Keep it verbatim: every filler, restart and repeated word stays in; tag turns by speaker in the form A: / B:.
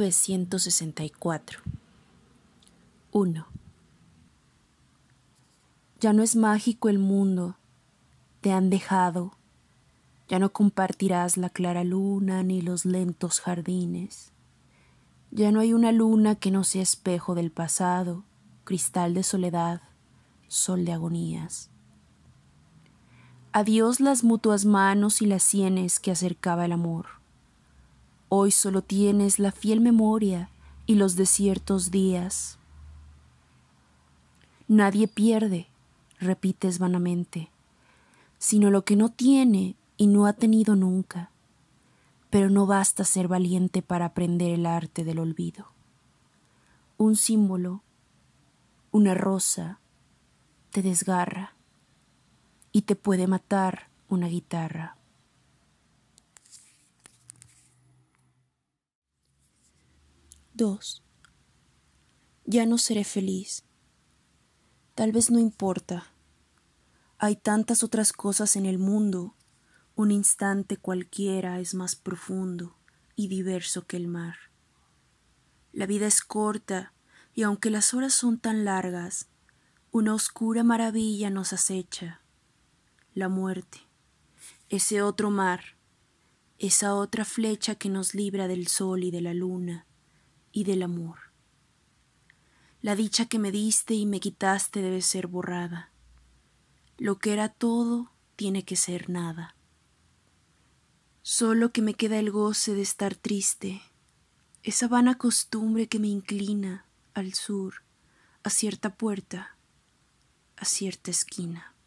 A: novecientos sesenta y cuatro. uno. Ya no es mágico el mundo, te han dejado, ya no compartirás la clara luna ni los lentos jardines. Ya no hay una luna que no sea espejo del pasado, cristal de soledad, sol de agonías. Adiós las mutuas manos y las sienes que acercaba el amor. Hoy solo tienes la fiel memoria y los desiertos días. Nadie pierde, repites vanamente, sino lo que no tiene y no ha tenido nunca. Pero no basta ser valiente para aprender el arte del olvido. Un símbolo, una rosa, te desgarra y te puede matar una guitarra. dos. Ya no seré feliz. Tal vez no importa. Hay tantas otras cosas en el mundo. Un instante cualquiera es más profundo y diverso que el mar. La vida es corta y aunque las horas son tan largas, una oscura maravilla nos acecha. La muerte, ese otro mar, esa otra flecha que nos libra del sol y de la luna y del amor. La dicha que me diste y me quitaste debe ser borrada. Lo que era todo tiene que ser nada. Solo que me queda el goce de estar triste, esa vana costumbre que me inclina al sur, a cierta puerta, a cierta esquina.